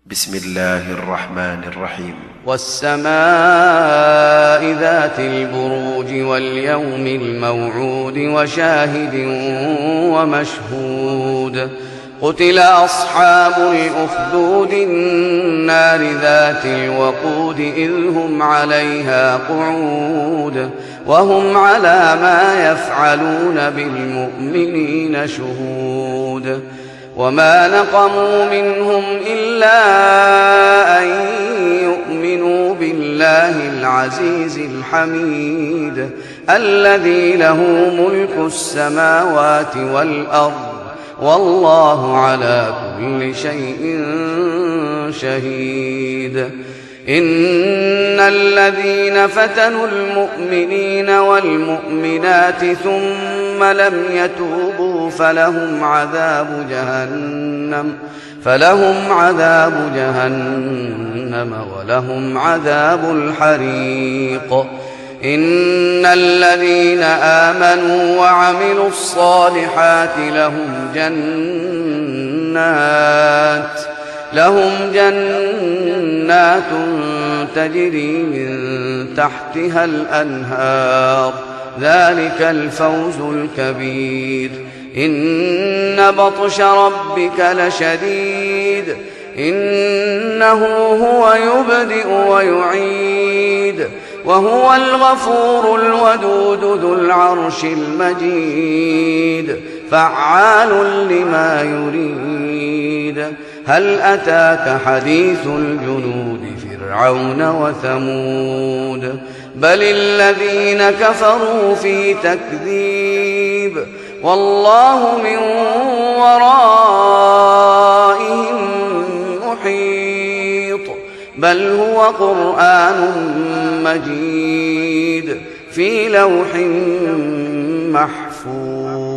بسم الله الرحمن الرحيم. والسماء ذات البروج واليوم الموعود وشاهد ومشهود. قتل أصحاب الأخدود النار ذات الوقود إذ هم عليها قعود وهم على ما يفعلون بالمؤمنين شهود. وما نقموا منهم إلا أن يؤمنوا بالله العزيز الحميد الذي له ملك السماوات والأرض والله على كل شيء شهيد. إن الذين فتنوا المؤمنين والمؤمنات ثم لم يتوبوا فلهم عذاب جهنم ولهم عذاب الحريق. إن الذين آمنوا وعملوا الصالحات لهم جنات تجري من تحتها الأنهار ذلك الفوز الكبير. إن بطش ربك لشديد إنه هو يبدئ ويعيد وهو الغفور الودود ذو العرش المجيد فعال لما يريد. هل أتاك حديث الجنود فرعون وثمود بل الذين كفروا في تكذيب والله من ورائهم محيط. بل هو قرآن مجيد في لوح محفوظ.